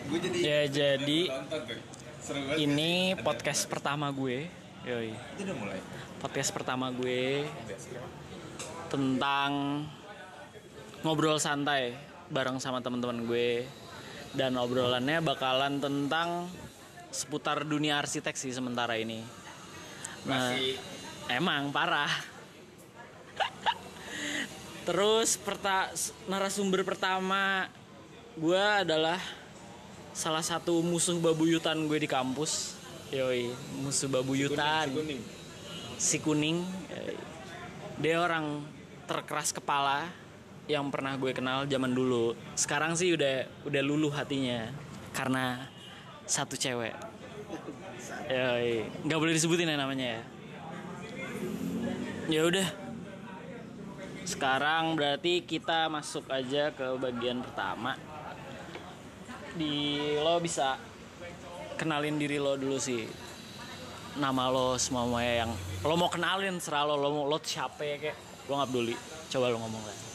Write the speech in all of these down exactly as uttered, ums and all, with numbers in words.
Gue jadi Ya jadi nonton tuh. Seru banget. ini podcast pertama gue. Yoi. Itu udah mulai. Podcast pertama gue tentang ngobrol santai bareng sama teman-teman gue, dan obrolannya bakalan tentang seputar dunia arsitek sih sementara ini. Nah, Masih emang parah. Terus perta- narasumber pertama gue adalah salah satu musuh babuyutan gue di kampus. Yoi, musuh babuyutan. si kuning. Si kuning. Yoi. Dia orang terkeras kepala yang pernah gue kenal zaman dulu. Sekarang sih udah udah luluh hatinya karena satu cewek. Yoi, nggak boleh disebutin ya namanya ya. Ya udah. Sekarang berarti kita masuk aja ke bagian pertama. Di lo bisa kenalin diri lo dulu sih. Nama lo semua yang lo mau kenalin, serah lo, lo mau lo siapa ya kayak lo nggak peduli. Coba lo ngomong lah.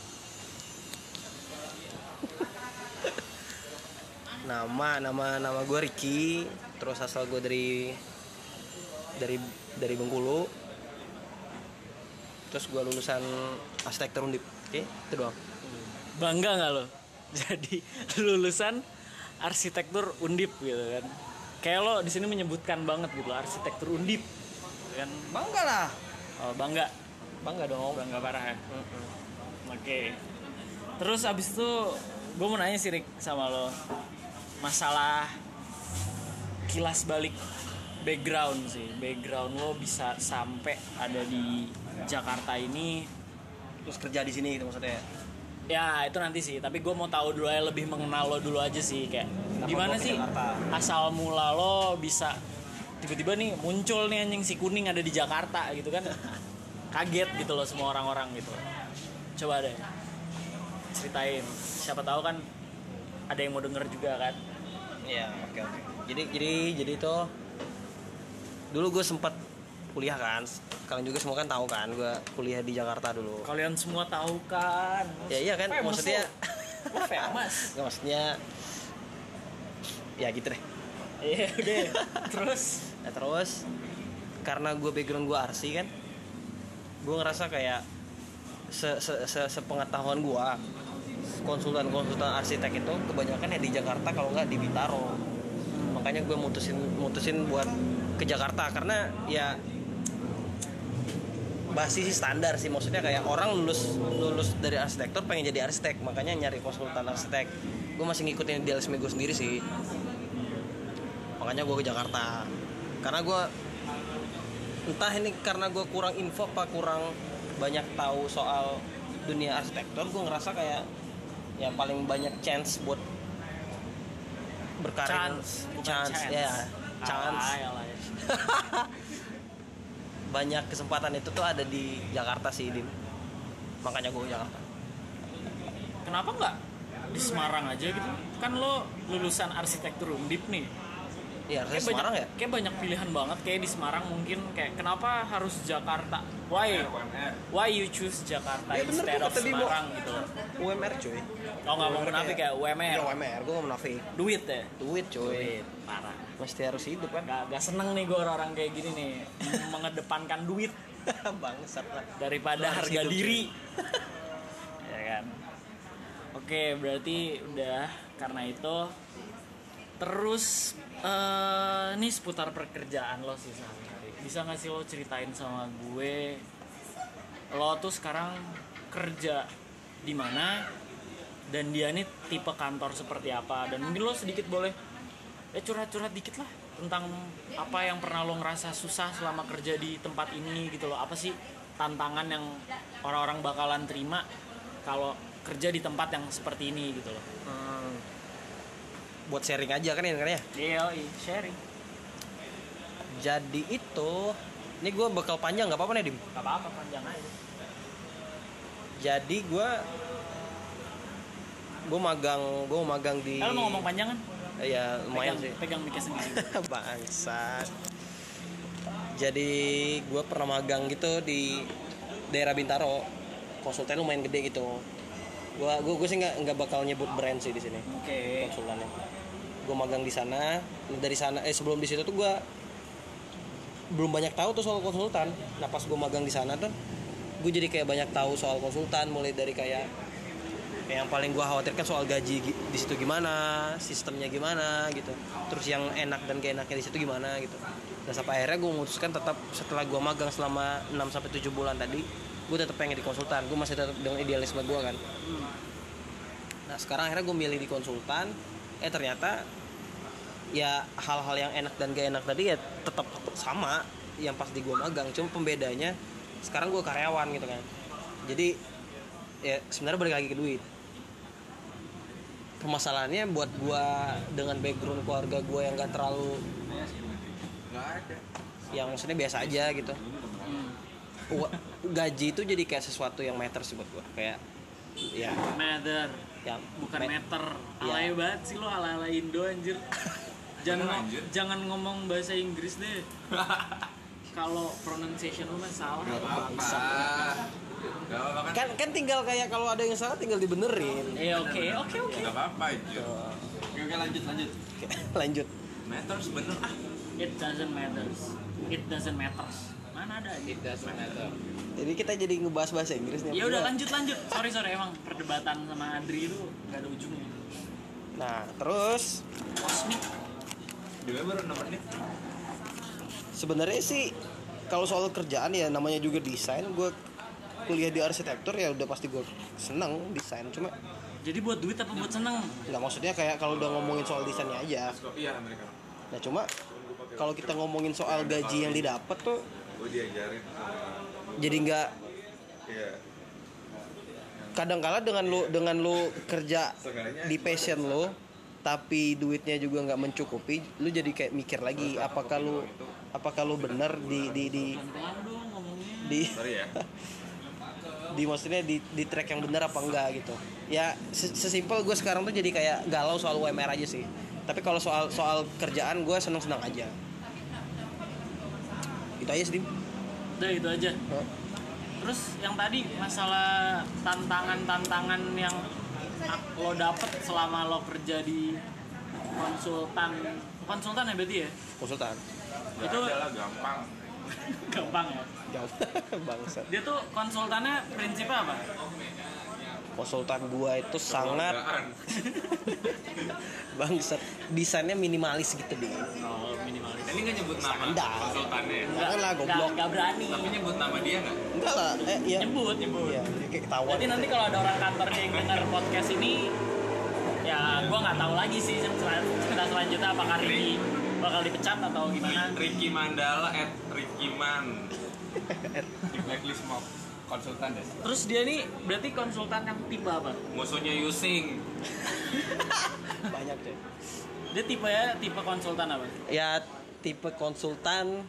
Nama nama nama gue Ricky, terus asal gue dari dari dari Bengkulu. Terus gue lulusan arsitektur Undip. Oke, itu doang. Bangga nggak lo? Jadi lulusan arsitektur Undip gitu kan. Kayak lo di sini menyebutkan banget gitu arsitektur Undip. Gitu kan. Bangga lah. Oh, bangga. Bangga dong. Bangga parah ya. Mm-mm. Oke. Terus abis itu gue mau nanya sih Rick sama lo masalah kilas balik background sih. Background lo bisa sampai ada di Jakarta ini. Terus kerja di sini gitu maksudnya. Ya itu nanti sih. Tapi gue mau tahu dulu aja, lebih mengenal lo dulu aja sih kayak Kenapa gimana lo ke sih Jakarta? asal mula lo bisa tiba-tiba nih muncul nih anjing si kuning ada di Jakarta gitu kan. Kaget gitu loh semua orang-orang gitu. Coba deh ceritain. Siapa tahu kan ada yang mau denger juga kan. Iya, oke oke. Jadi jadi jadi itu dulu gue sempat kuliah kan. Kalian juga semua kan tahu kan, gue kuliah di Jakarta dulu. Kalian semua tahu kan. Ya iya kan, Famous maksudnya lo. Lo famous. nggak maksudnya ya gitu deh. Iya deh. Terus Nah, terus karena gue background gue arsi kan, gue ngerasa kayak se, se, se, sepengetahuan gue konsultan-konsultan arsitek itu kebanyakan ya di Jakarta kalau nggak di Bintaro. Makanya gue mutusin mutusin buat ke Jakarta karena ya bahasa sih standar sih, maksudnya kayak orang lulus lulus dari arsitektur pengen jadi arsitek, makanya nyari konsultan arsitek. Gue masih ngikutin idealisme gue sendiri sih, makanya gue ke Jakarta. Karena gue entah ini karena gue kurang info apa kurang banyak tahu soal dunia arsitektur, gue ngerasa kayak ya paling banyak chance buat berkarir. chance, bukan chance, chance. ya chance. Ah, yalah, ya. Banyak kesempatan itu tuh ada di Jakarta sih, Dim. Makanya gue ke Jakarta. Kenapa nggak di Semarang aja gitu? Kan lo lulusan arsitektur Undip nih. Iya, Kayak Semarang banyak, ya? Kayak banyak pilihan banget kayak di Semarang mungkin kayak kenapa harus Jakarta? Why? U M R. Why you choose Jakarta Ya, bener instead tuh of kata Bimo. Semarang gitu loh. U M R cuy. Oh nggak mau munafik ya U M R. Ya U M R, gue gak munafik. Duit ya. Duit cuy. Duit parah. Mesti harus hidup kan. Gak, gak seneng nih gue orang-orang kayak gini nih mengedepankan duit Bangsat lah. daripada Lo harus harga hidup, diri. Ya kan. Oke berarti udah karena itu. Terus uh, ini seputar pekerjaan lo sih sehari-hari. Bisa nggak sih lo ceritain sama gue? Lo tuh sekarang kerja di mana? Dan dia nih tipe kantor seperti apa? Dan mungkin lo sedikit boleh eh curhat-curhat dikit lah tentang apa yang pernah lo ngerasa susah selama kerja di tempat ini gitu loh. Apa sih tantangan yang orang-orang bakalan terima kalau kerja di tempat yang seperti ini gitu loh. Hmm. Buat sharing aja kan ini kan ya. Iya, sharing. Jadi itu, ini gue bakal panjang nggak apa-apa nih Dim. Gak apa-apa, panjang aja. Jadi gue, gue magang, gue magang di. Kalau mau ngomong panjang kan? Ya lumayan pegang, sih. Pegang mic sendiri. Bangsat. Jadi gue pernah magang gitu di daerah Bintaro, konsultan lumayan gede gitu. Gue gue gue sih nggak nggak bakal nyebut brand sih di sini. Oke. Konsultannya. gue magang di sana. Dari sana eh sebelum di situ tuh gue belum banyak tahu tuh soal konsultan. Nah pas gue magang di sana tuh gue jadi kayak banyak tahu soal konsultan, mulai dari kayak yang paling gue khawatirkan soal gaji di situ gimana, sistemnya gimana gitu. Terus yang enak dan gak enaknya di situ gimana gitu. Dan sampai akhirnya gue memutuskan tetap setelah gue magang selama enam sampai tujuh bulan tadi, gue tetap pengen di konsultan. Gue masih tetap dengan idealisme gue kan. Nah sekarang akhirnya gue milih di konsultan. Eh ternyata ya hal-hal yang enak dan gak enak tadi ya tetap sama yang pas di gue magang. Cuma pembedanya sekarang gue karyawan gitu kan. Jadi ya sebenarnya balik lagi ke duit. Permasalahannya buat gue dengan background keluarga gue yang gak terlalu nggak ada, yang maksudnya biasa aja gitu. hmm. Gaji itu jadi kayak sesuatu yang matter sih buat gue. Kayak ya Matter yang bukan ma- meter. Ya. Alay banget sih lo, ala-ala Indo anjir. Jangan ngo- jangan ngomong bahasa Inggris deh. Kalau pronunciation lo mah salah. nggak apa-apa, nggak apa-apa kan, kan kan tinggal kayak kalau ada yang salah tinggal dibenerin. Eh oke oke oke. nggak apa-apa aja. Oke oke lanjut lanjut. Lanjut. Matters bener ah. It doesn't matters. It doesn't matters. Mana ada It doesn't matter. Jadi kita jadi ngebahas bahasa Inggris nih. Ya udah lanjut lanjut. Sorry sorry emang perdebatan sama Adri itu nggak ada ujungnya. Nah terus Kosmik. Dua baru enam menit. sebenarnya sih kalau soal kerjaan ya namanya juga desain. Gue kuliah di arsitektur ya udah pasti gue seneng desain. Cuma Jadi buat duit apa buat seneng? nggak, maksudnya kayak kalau udah ngomongin soal desainnya aja. Iya Amerika. Nah cuma kalau kita ngomongin soal gaji yang didapat tuh Gue diajarin. jadi nggak, Iya. kadang-kala dengan lu dengan lu kerja Seenggaknya di passion lu tapi duitnya juga nggak mencukupi, lu jadi kayak mikir lagi apakah lu apakah lu bener di di di Pelan dong ngomongnya. di sorry ya. di maksudnya di di track yang bener apa enggak gitu. Ya se- sesimpel gue sekarang tuh jadi kayak galau soal U M R aja sih. Tapi kalau soal soal kerjaan gue seneng-seneng aja. Itu aja sih, Dim. Udah itu aja. Oh. Terus yang tadi masalah tantangan-tantangan yang lo dapet selama lo kerja di konsultan konsultan ya berarti ya? Konsultan. Nggak Itu- ada lah, gampang. Gampang ya. Jauh. Bangsat. Dia tuh konsultannya prinsipnya apa? Konsultan gua itu sangat Keluargaan. bangsat. Desainnya minimalis gitu deh. Oh minimalis. Ini nggak nyebut nama Standar. konsultannya. Jangan lah, goblok. Gak berani. Tapi nyebut nama dia nggak? Enggak lah, eh iya. Nyebut nyebut. Iya, kayak ketahuan. Berarti nanti kalau ada orang kantornya yang denger podcast ini, ya gue nggak tahu lagi sih selan- cerita selanjutnya apakah Ricky bakal dipecat atau gimana. Ricky Mandala at Ricky Man. Di blacklist mob konsultan deh. Terus dia nih berarti konsultan yang tipe apa? Musuhnya Using. banyak deh. Dia tipe ya tipe konsultan apa? Ya tipe konsultan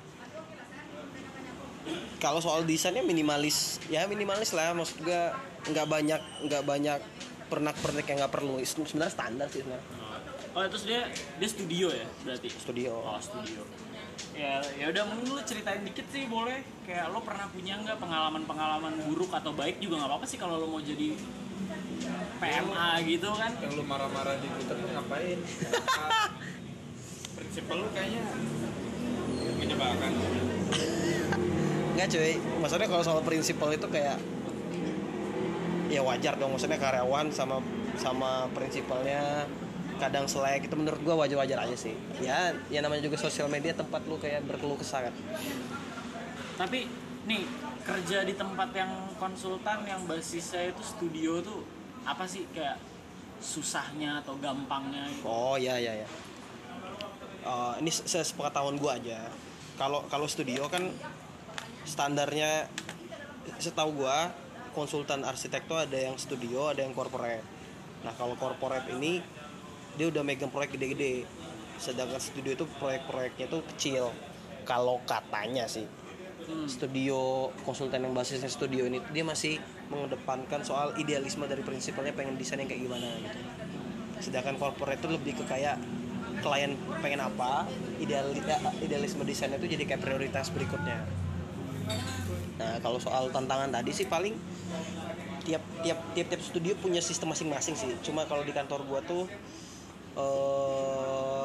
kalau soal desainnya minimalis, ya minimalis lah, maksud gue nggak banyak nggak banyak pernak-pernik yang nggak perlu. Sebenarnya standar sih sebenarnya. Oh terus dia dia studio ya berarti? Studio. Oh studio. Ya ya udah mungkin lu ceritain dikit sih boleh. Kayak lo pernah punya nggak pengalaman-pengalaman buruk atau baik juga nggak apa-apa sih kalau lo mau jadi P M A gitu kan? Yang lu marah-marah di Twitter lu ngapain? Prinsipal lu kayaknya menyebalkan. Nggak cuy, maksudnya kalau soal prinsipal itu kayak ya wajar dong, maksudnya karyawan sama sama prinsipalnya kadang selek, itu menurut gua wajar-wajar aja sih. Ya, ya namanya juga sosial media tempat lu kayak berkeluh kesah kan. Tapi nih kerja di tempat yang konsultan yang basisnya itu studio tuh apa sih kayak susahnya atau gampangnya gitu? Oh iya iya ya. Uh, ini se- sepengetahuan gua aja. Kalau kalau studio kan standarnya setahu gua konsultan arsitek tuh ada yang studio, ada yang corporate. Nah, kalau corporate ini dia udah megang proyek gede-gede. Sedangkan studio itu proyek-proyeknya tuh kecil. Kalau katanya sih. Hmm. Studio konsultan yang basisnya studio ini dia masih mengedepankan soal idealisme dari prinsipalnya pengen desain yang kayak gimana gitu. Sedangkan corporate itu lebih ke kayak klien pengen apa, ideal idealisme desainnya itu jadi kayak prioritas berikutnya. Nah, kalau soal tantangan tadi sih paling tiap tiap tiap tiap studio punya sistem masing-masing sih. Cuma kalau di kantor gua tuh eh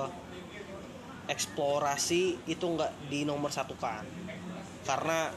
eksplorasi itu nggak di nomor satukan, karena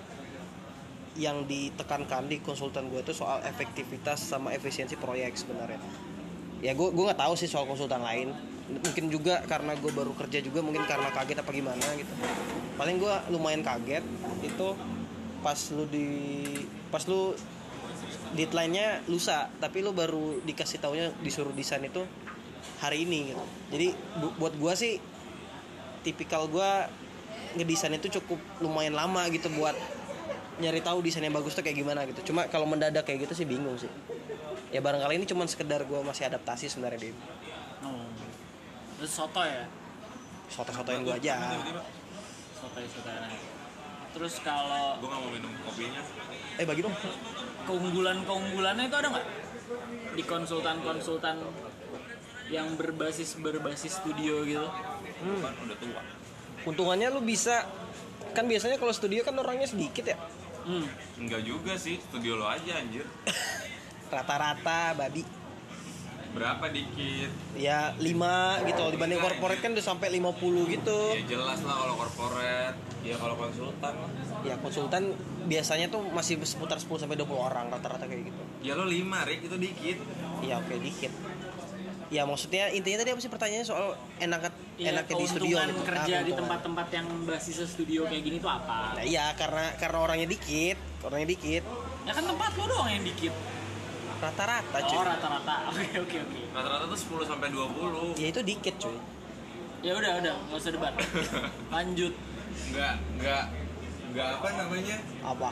yang ditekankan di konsultan gue itu soal efektivitas sama efisiensi proyek sebenarnya. Ya gue gue nggak tahu sih soal konsultan lain, mungkin juga karena gue baru kerja juga, mungkin karena kaget apa gimana gitu. Paling gue lumayan kaget itu pas lu di pas lu deadline-nya lusa, tapi lu baru dikasih taunya disuruh desain itu hari ini gitu. Jadi bu- buat gue sih tipikal gue ngedesain itu cukup lumayan lama gitu buat nyari tahu desain yang bagus tuh kayak gimana gitu. Cuma kalau mendadak kayak gitu sih bingung sih. Ya barangkali ini cuma sekedar gue masih adaptasi sebenarnya, Dim. Oh. Terus soto ya? Soto-sotoin gue aja. Soto soto. Terus kalau Gue nggak mau minum kopinya. Eh bagi dong. keunggulan-keunggulannya itu ada nggak di konsultan-konsultan yang berbasis berbasis studio gitu? Hmm. Kan udah tua. Untungannya lu bisa, kan biasanya kalau studio kan orangnya sedikit ya. Hmm. Enggak juga sih, studio lo aja anjir. Rata-rata babi. Berapa dikit? Ya lima gitu. Dibanding Enggak, corporate anjir. kan udah sampai lima puluh gitu. Ya jelas lah kalau corporate. Ya kalau konsultan lah. Ya konsultan biasanya tuh masih seputar sepuluh sampai dua puluh orang rata-rata kayak gitu. Ya lo lima, Rik, itu dikit. Ya oke dikit. Ya maksudnya intinya tadi apa sih pertanyaannya soal enak Ya, enaknya di studio keuntungan gitu. kerja Ah, di keuntungan. tempat-tempat yang basis studio kayak gini tuh apa? Nah, iya karena karena orangnya dikit, orangnya dikit. Ya kan tempat lo doang yang dikit. Rata-rata cuy. Oh rata-rata. Oke oke oke. Rata-rata tuh sepuluh sampai dua puluh. Ya itu dikit cuy. Ya udah udah nggak usah debat. Lanjut. Enggak, enggak enggak apa namanya? Apa?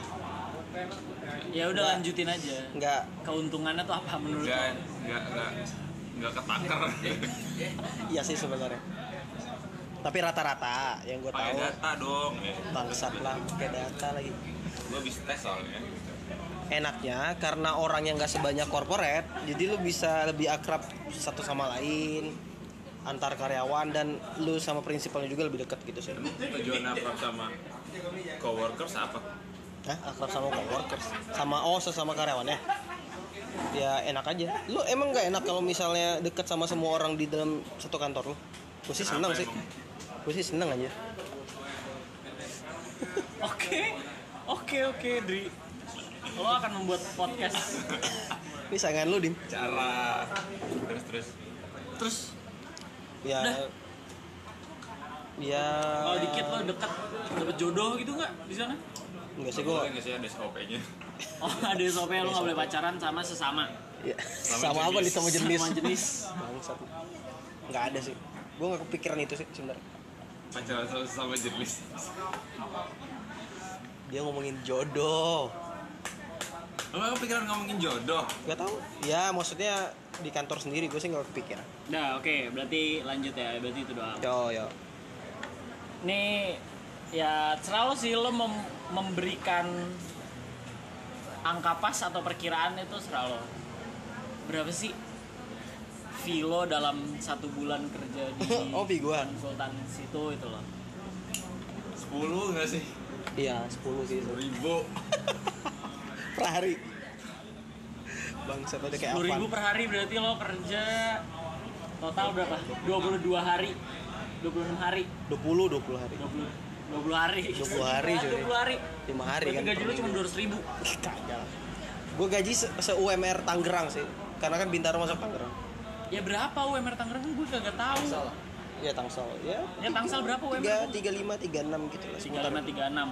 Ya udah Nggak. lanjutin aja. Enggak. Keuntungannya tuh apa menurut Enggak, lo? enggak, enggak enggak ketaker. Iya sih sebenarnya. Tapi rata-rata yang gue Pakai tahu data dong ya. bangsat lah pakai data lagi. Gue bisa tes soalnya. Enaknya karena orang yang nggak sebanyak corporate, jadi lu bisa lebih akrab satu sama lain antar karyawan, dan lu sama prinsipalnya juga lebih dekat gitu sih. Tujuan akrab sama coworkers apa? Hah? Akrab sama coworkers, sama oh sesama karyawan ya. Ya enak aja. Lu emang nggak enak kalau misalnya dekat sama semua orang di dalam satu kantor lu? Gue sih seneng Kenapa sih. emang? Gue sih seneng aja. Oke oke oke Dri. Lo akan membuat podcast. Ini sayangan lu, Dim. Cara terus terus. Terus Ya. Udah. Ya. kalau dikit lo deket dapet jodoh gitu nggak di sana? Enggak sih Gue gue. nggak sih ada S O P-nya. Oh ada S O P lo nggak boleh pacaran sama sesama. Ya. Sama Sama apa jenis. nih sama jenis? Sama jenis. Bangsat. Enggak ada sih. Gue nggak kepikiran itu sih sebenarnya. Pacaran sama, sama jenis. Dia ngomongin jodoh. Lo nggak kepikiran ngomongin jodoh? Gak tahu. Ya maksudnya di kantor sendiri gue sih nggak kepikiran. Nah oke berarti lanjut ya, berarti itu doang. Yo yo. Nih ya selalu sih lo mem- memberikan angka pas atau perkiraan itu selalu berapa sih fee lo dalam satu bulan kerja di Oh, fee gua. konsultansi itu itu loh. Sepuluh nggak sih? Iya sepuluh sih itu. Ribu. Per hari. Bangsat udah kayak sepuluh ribu apa? per hari berarti lo kerja total berapa? dua puluh dua hari, dua puluh enam hari, dua puluh dua puluh hari. dua puluh dua puluh hari, dua puluh hari, coy. dua puluh hari, lima hari berarti kan. gaji lo cuma dua ratus ribu. Kagak. Gue gaji se, se U M R Tangerang sih. Karena kan Bintaro masuk Tangerang. Ya berapa U M R Tangerang gue kagak tahu. Ya Tangsel. Ya. Ya Tangsel berapa U M R? tiga lima tiga enam gitu lah. tiga Seputar. lima tiga enam.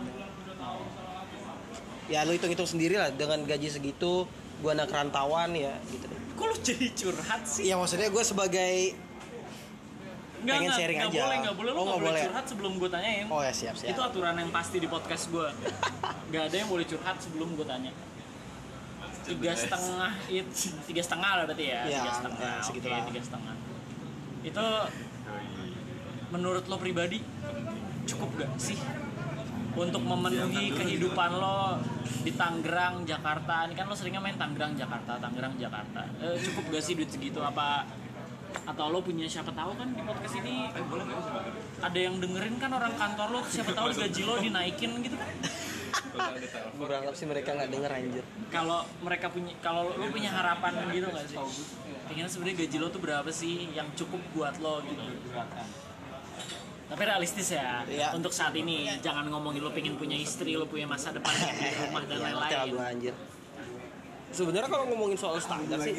Ya lu hitung-hitung sendiri lah dengan gaji segitu, gue anak rantauan ya gitu deh. Kok lu jadi curhat sih? Iya maksudnya gue sebagai Nggak, pengen nggak, sharing nggak aja. boleh, nggak boleh, lu Oh, nggak nggak boleh boleh. curhat sebelum gue tanyain. Oh ya siap siap. Itu aturan yang pasti di podcast gue. Gak ada yang boleh curhat sebelum gue tanya. Tiga setengah itu, tiga setengah lah berarti ya. Ya, Tiga setengah, ya, oke segitulah. tiga setengah. Itu menurut lo pribadi cukup gak sih untuk memenuhi kehidupan lo di Tangerang, Jakarta? Ini kan lo seringnya main Tangerang, Jakarta, Tangerang, Jakarta. Eh, cukup gak sih duit segitu? Apa atau lo punya siapa tahu kan di podcast ini Eh, boleh nggak sih sebenarnya? ada yang dengerin kan orang kantor lo, siapa tahu gaji lo dinaikin gitu kan? Kalau ada telepon. Gue berharap sih mereka nggak denger anjir. Kalau mereka punya, kalau lo punya harapan gitu nggak sih? Pengen sebenarnya gaji lo tuh berapa sih yang cukup buat lo gitu? Tapi realistis ya, Iya. untuk saat ini jangan ngomongin lo pengen punya istri, lo punya masa depan di rumah dan Ya, ngerti lah lain-lain. gua anjir. Sebenarnya kalau ngomongin soal standar sih,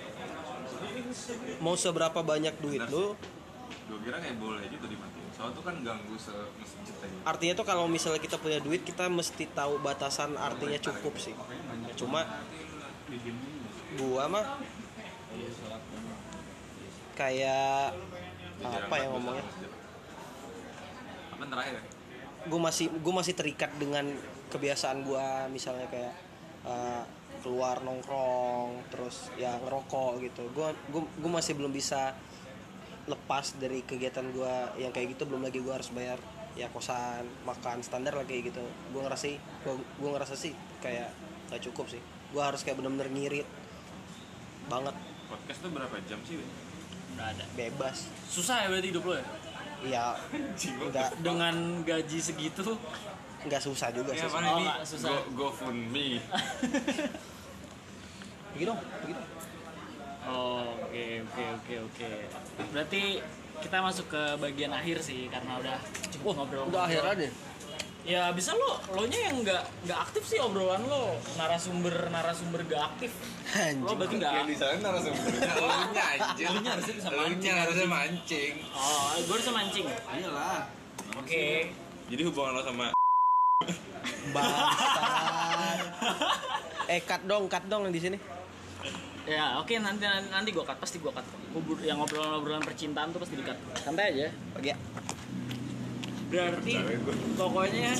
mau seberapa banyak duit lu, Gue kira kayak boleh gitu dimatiin. Soalnya tuh kan ganggu se-masjid aja. artinya tuh kalau misalnya kita punya duit, kita mesti tahu batasan artinya cukup sih. Cuma gua mah kayak apa ya ngomongnya, Apa terakhir ya? gue masih gue masih terikat dengan kebiasaan gue, misalnya kayak uh, keluar nongkrong terus ya ngerokok gitu. Gue gue gue masih belum bisa lepas dari kegiatan gue yang kayak gitu. Belum lagi gue harus bayar ya kosan, makan standar lah kayak gitu. Gue ngerasa sih gue, gue ngerasa sih kayak gak cukup sih. Gue harus kayak bener-bener ngirit banget. Podcast tuh berapa jam sih? Win? Nggak ada. Bebas Susah ya berarti hidup lo ya? ya. Enggak Dengan gaji segitu. enggak susah juga Ya, sih. apa Oh, ini? nggak susah. Go, GoFundMe. Begitu begitu. Oh, oke oke oke oke. Berarti kita masuk ke bagian akhir sih karena udah cukup ngobrol. Udah akhir aja. Ya bisa lo, lo nya yang nggak nggak aktif sih obrolan lo, narasumber narasumber gak aktif. Lo berarti nggak. Yang di sana narasumbernya elunya anjir. Elunya harusnya bisa mancing, Elunya harusnya mancing. Oh, gue harus mancing. Iyalah. Oke. Jadi hubungan lo sama Bangsat. Eh cut dong, cut dong yang di sini. Ya oke nanti nanti, nanti gue cut, pasti gue cut. Ngobrol- Yang obrolan-obrolan percintaan tuh pasti di cut. Santai aja. Pergi ya. Berarti pokoknya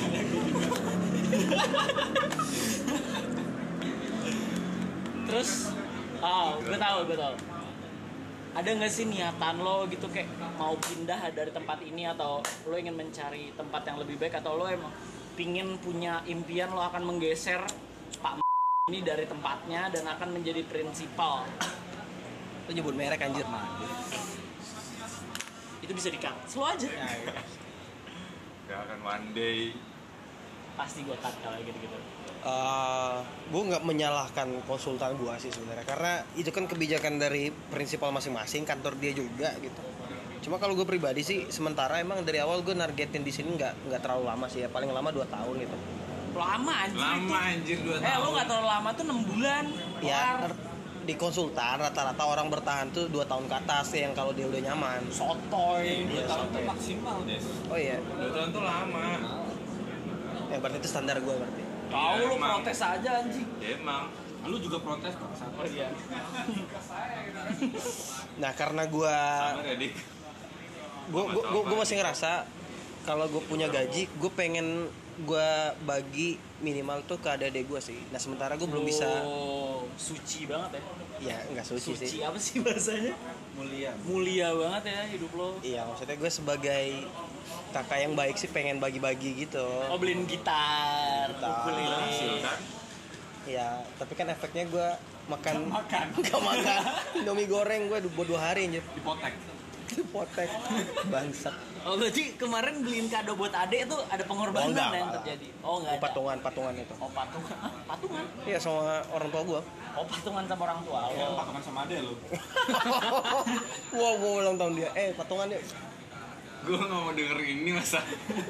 terus oh gue tahu gue tahu ada nggak sih niatan lo gitu kayak mau pindah dari tempat ini, atau lo ingin mencari tempat yang lebih baik, atau lo emang pingin punya impian lo akan menggeser Pak ini dari tempatnya dan akan menjadi prinsipal? Lu nyebut merek anjir. Itu bisa di cut slow aja. ya kan one day. Pasti gue cut kalau gitu-gitu. Uh, gue nggak menyalahkan konsultan gue sih sebenarnya, karena itu kan kebijakan dari prinsipal masing-masing, kantor dia juga gitu. Cuma kalau gue pribadi sih, sementara emang dari awal gue nargetin di sini nggak nggak terlalu lama sih ya, paling lama dua tahun gitu. Lama anjir. Lama itu. anjir dua Eh tahun. lo nggak terlalu lama tuh enam bulan. Ya Kelar. di konsultan rata-rata orang bertahan tuh dua tahun ke atas ya, yang kalau dia udah nyaman. Sotoy. Iya, Dua tahun tuh sampai. maksimal Des. Oh iya, Dua tahun tuh lama. ya berarti itu standar gue berarti. Tahu Iya, lo emang. protes aja anjing. Ya emang. Lu juga protes kok satu. Oh iya. Nah karena gue Sama ya Dik. gue gue gue masih ngerasa kalau gue punya gaji, gue pengen gue bagi minimal tuh ke adik gue sih. Nah sementara gue belum bisa. Oh, suci banget ya. Ya nggak suci, Suci sih. apa sih bahasanya? Mulia. Mulia banget ya hidup lo. Iya maksudnya gue sebagai kakak yang baik sih pengen bagi-bagi gitu. Oh beliin gitar, Gitar. ukulele. Hasil kan? Ya tapi kan efeknya gue makan Makan. nggak makan Indomie goreng gue buat dua hari aja. Hipotek. Potek bangsat. Oh berarti kemarin beliin kado buat adek tuh ada pengorbanan Oh, enggak, yang enggak. terjadi. Oh enggak ada. Patungan patungan itu. Oh patungan. Ah, patungan. Iya sama orang tua gue. Oh patungan sama orang tua lo. Patungan sama ade lu. Wow gue ulang tahun dia. Eh patungan dia. Gue nggak mau denger ini masa.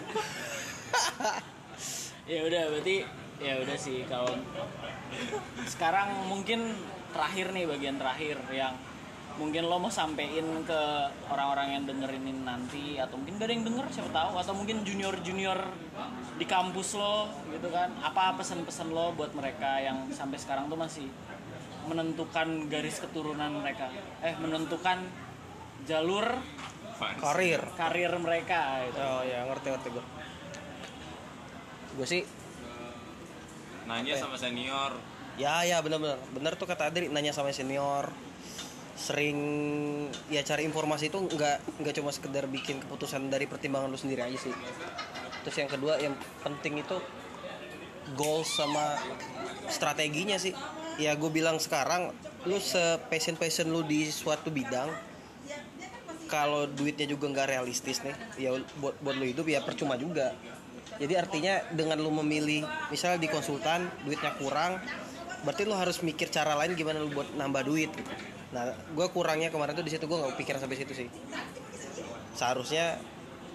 Ya udah berarti ya udah sih kalau sekarang mungkin terakhir nih bagian terakhir yang mungkin lo mau sampein ke orang-orang yang dengerin ini nanti, atau mungkin gak ada yang denger siapa tahu, atau mungkin junior-junior di kampus lo gitu kan, apa pesan-pesan lo buat mereka yang sampai sekarang tuh masih menentukan garis keturunan mereka, eh menentukan jalur Fans. Karir. karir mereka gitu. Oh ya ngerti ngerti gue. Gue sih Nanya Apa ya? sama senior. ya ya benar-benar benar tuh kata Adri, nanya sama senior, sering ya cari informasi itu nggak nggak cuma sekedar bikin keputusan dari pertimbangan lu sendiri aja sih. Terus yang kedua yang penting itu goals sama strateginya sih. Ya gue bilang sekarang lu se-passion passion lu di suatu bidang, kalau duitnya juga nggak realistis nih, ya buat buat lu hidup ya percuma juga. Jadi artinya dengan lu memilih misalnya di konsultan duitnya kurang, berarti lu harus mikir cara lain gimana lu buat nambah duit gitu. Nah gue kurangnya kemarin tuh di situ, gue nggak pikiran sampai situ sih. Seharusnya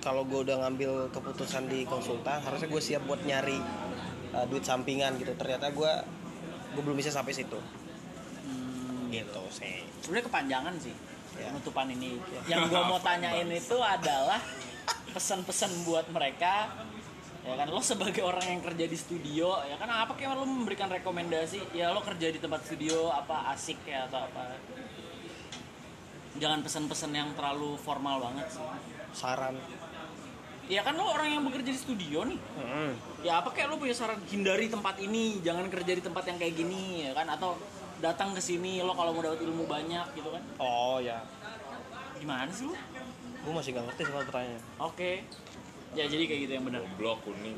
kalau gue udah ngambil keputusan di konsultan harusnya gue siap buat nyari uh, duit sampingan gitu. Ternyata gue gue belum bisa sampai situ. Hmm, Gitu sih. sebenarnya kepanjangan sih Ya. penutupan ini. Yang gue mau tanyain itu adalah pesan-pesan buat mereka, ya kan, lo sebagai orang yang kerja di studio, ya kan, apa kayak lo memberikan rekomendasi, ya lo kerja di tempat studio apa asik ya atau apa. Jangan pesan-pesan yang terlalu formal banget sih. Saran. Ya kan lo orang yang bekerja di studio nih. Mm-hmm. Ya apa kayak lo punya saran, hindari tempat ini, jangan kerja di tempat yang kayak gini, ya kan, atau datang ke sini lo kalau mau dapat ilmu banyak gitu kan. Oh ya. Gimana sih lo? Gue masih gak ngerti soal pertanyaan. Oke. Ya jadi kayak gitu yang benar. Goblok kuning.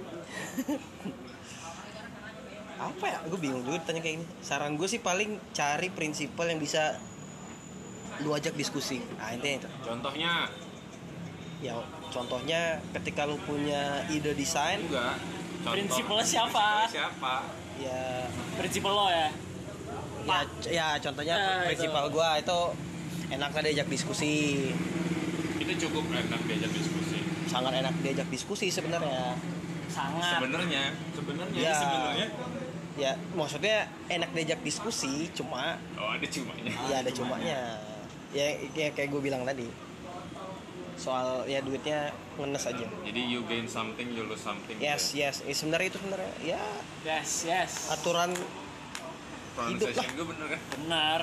Apa ya? Gue bingung juga ditanya kayak gini. Saran gue sih paling cari prinsipal yang bisa lu ajak diskusi. Nah intinya itu. Contohnya Ya contohnya ketika lu punya ide desain, enggak. Contoh, Prinsipalnya siapa? Siapa? ya Prinsipal lo ya. ya, ya contohnya Ya, prinsipal gue itu enaknya diajak diskusi. Itu cukup enak diajak diskusi. Sangat enak diajak diskusi sebenarnya. Sangat. Sebenarnya, sebenarnya, Ya. sebenarnya. Ya maksudnya enak diajak diskusi, cuma Oh, ada cumanya. ya ada cumanya. Ya, ya kayak gue bilang tadi. Soal ya duitnya ngenes aja. Jadi you gain something, you lose something. Yes, yes. Eh, sebenarnya itu sebenarnya ya Yes, yes. aturan hidup lah. Pronunciation gue bener kan? Benar.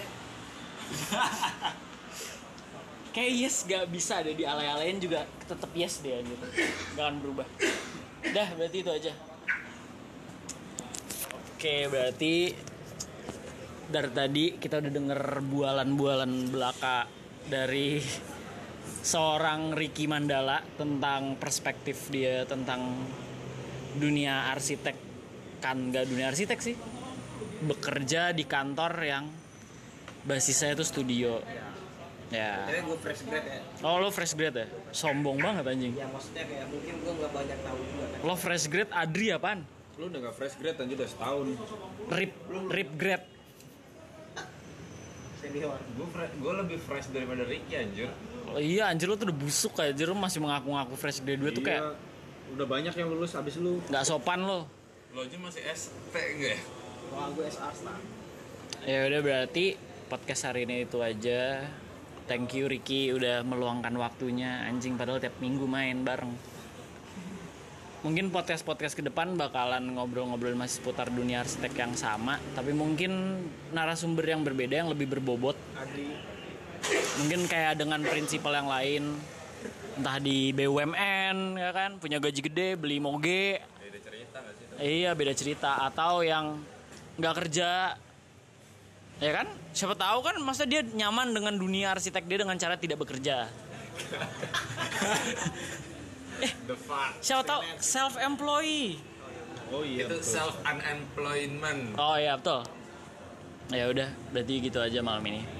Kayak yes gak bisa deh, di alay-alayin juga tetap yes deh gitu. Gak akan berubah. Dah, berarti itu aja. Oke, berarti dari tadi kita udah denger bualan-bualan belaka dari seorang Ricky Mandala tentang perspektif dia tentang dunia arsitek, kan gak dunia arsitek sih, bekerja di kantor yang basisnya itu studio. Ya. Tapi gue fresh grad ya. Oh, lo fresh grade ya? Sombong banget anjing. Ya maksudnya kayak mungkin gue nggak banyak tahu juga kan. Lo fresh grade Adri apaan? Lu udah gak fresh grade anjir udah setahun. Rip rip grade. Senior. Gue gue lebih fresh daripada Ricky anjir. Oh, iya anjir, lo tuh udah busuk aja, lo masih mengaku-ngaku fresh graduate tuh kayak udah banyak yang lulus abis lu. nggak sopan lo. Lo aja masih S T enggak ya? Wah gue S R star. Ya udah, berarti podcast hari ini itu aja. Thank you Ricky udah meluangkan waktunya, anjing, padahal tiap minggu main bareng. Mungkin podcast-podcast ke depan bakalan ngobrol-ngobrol masih seputar dunia arsitek yang sama, tapi mungkin narasumber yang berbeda yang lebih berbobot. Adri. Mungkin kayak dengan prinsipal yang lain, entah di B U M N ya kan, punya gaji gede, beli moge. Beda cerita gak sih? Iya, beda cerita. Atau yang nggak kerja, ya kan? Siapa tahu kan, masa dia nyaman dengan dunia arsitek dia dengan cara tidak bekerja. eh, The fuck. siapa tahu self employee. Oh iya. Itu self unemployment. Oh iya betul. Ya udah, berarti gitu aja malam ini.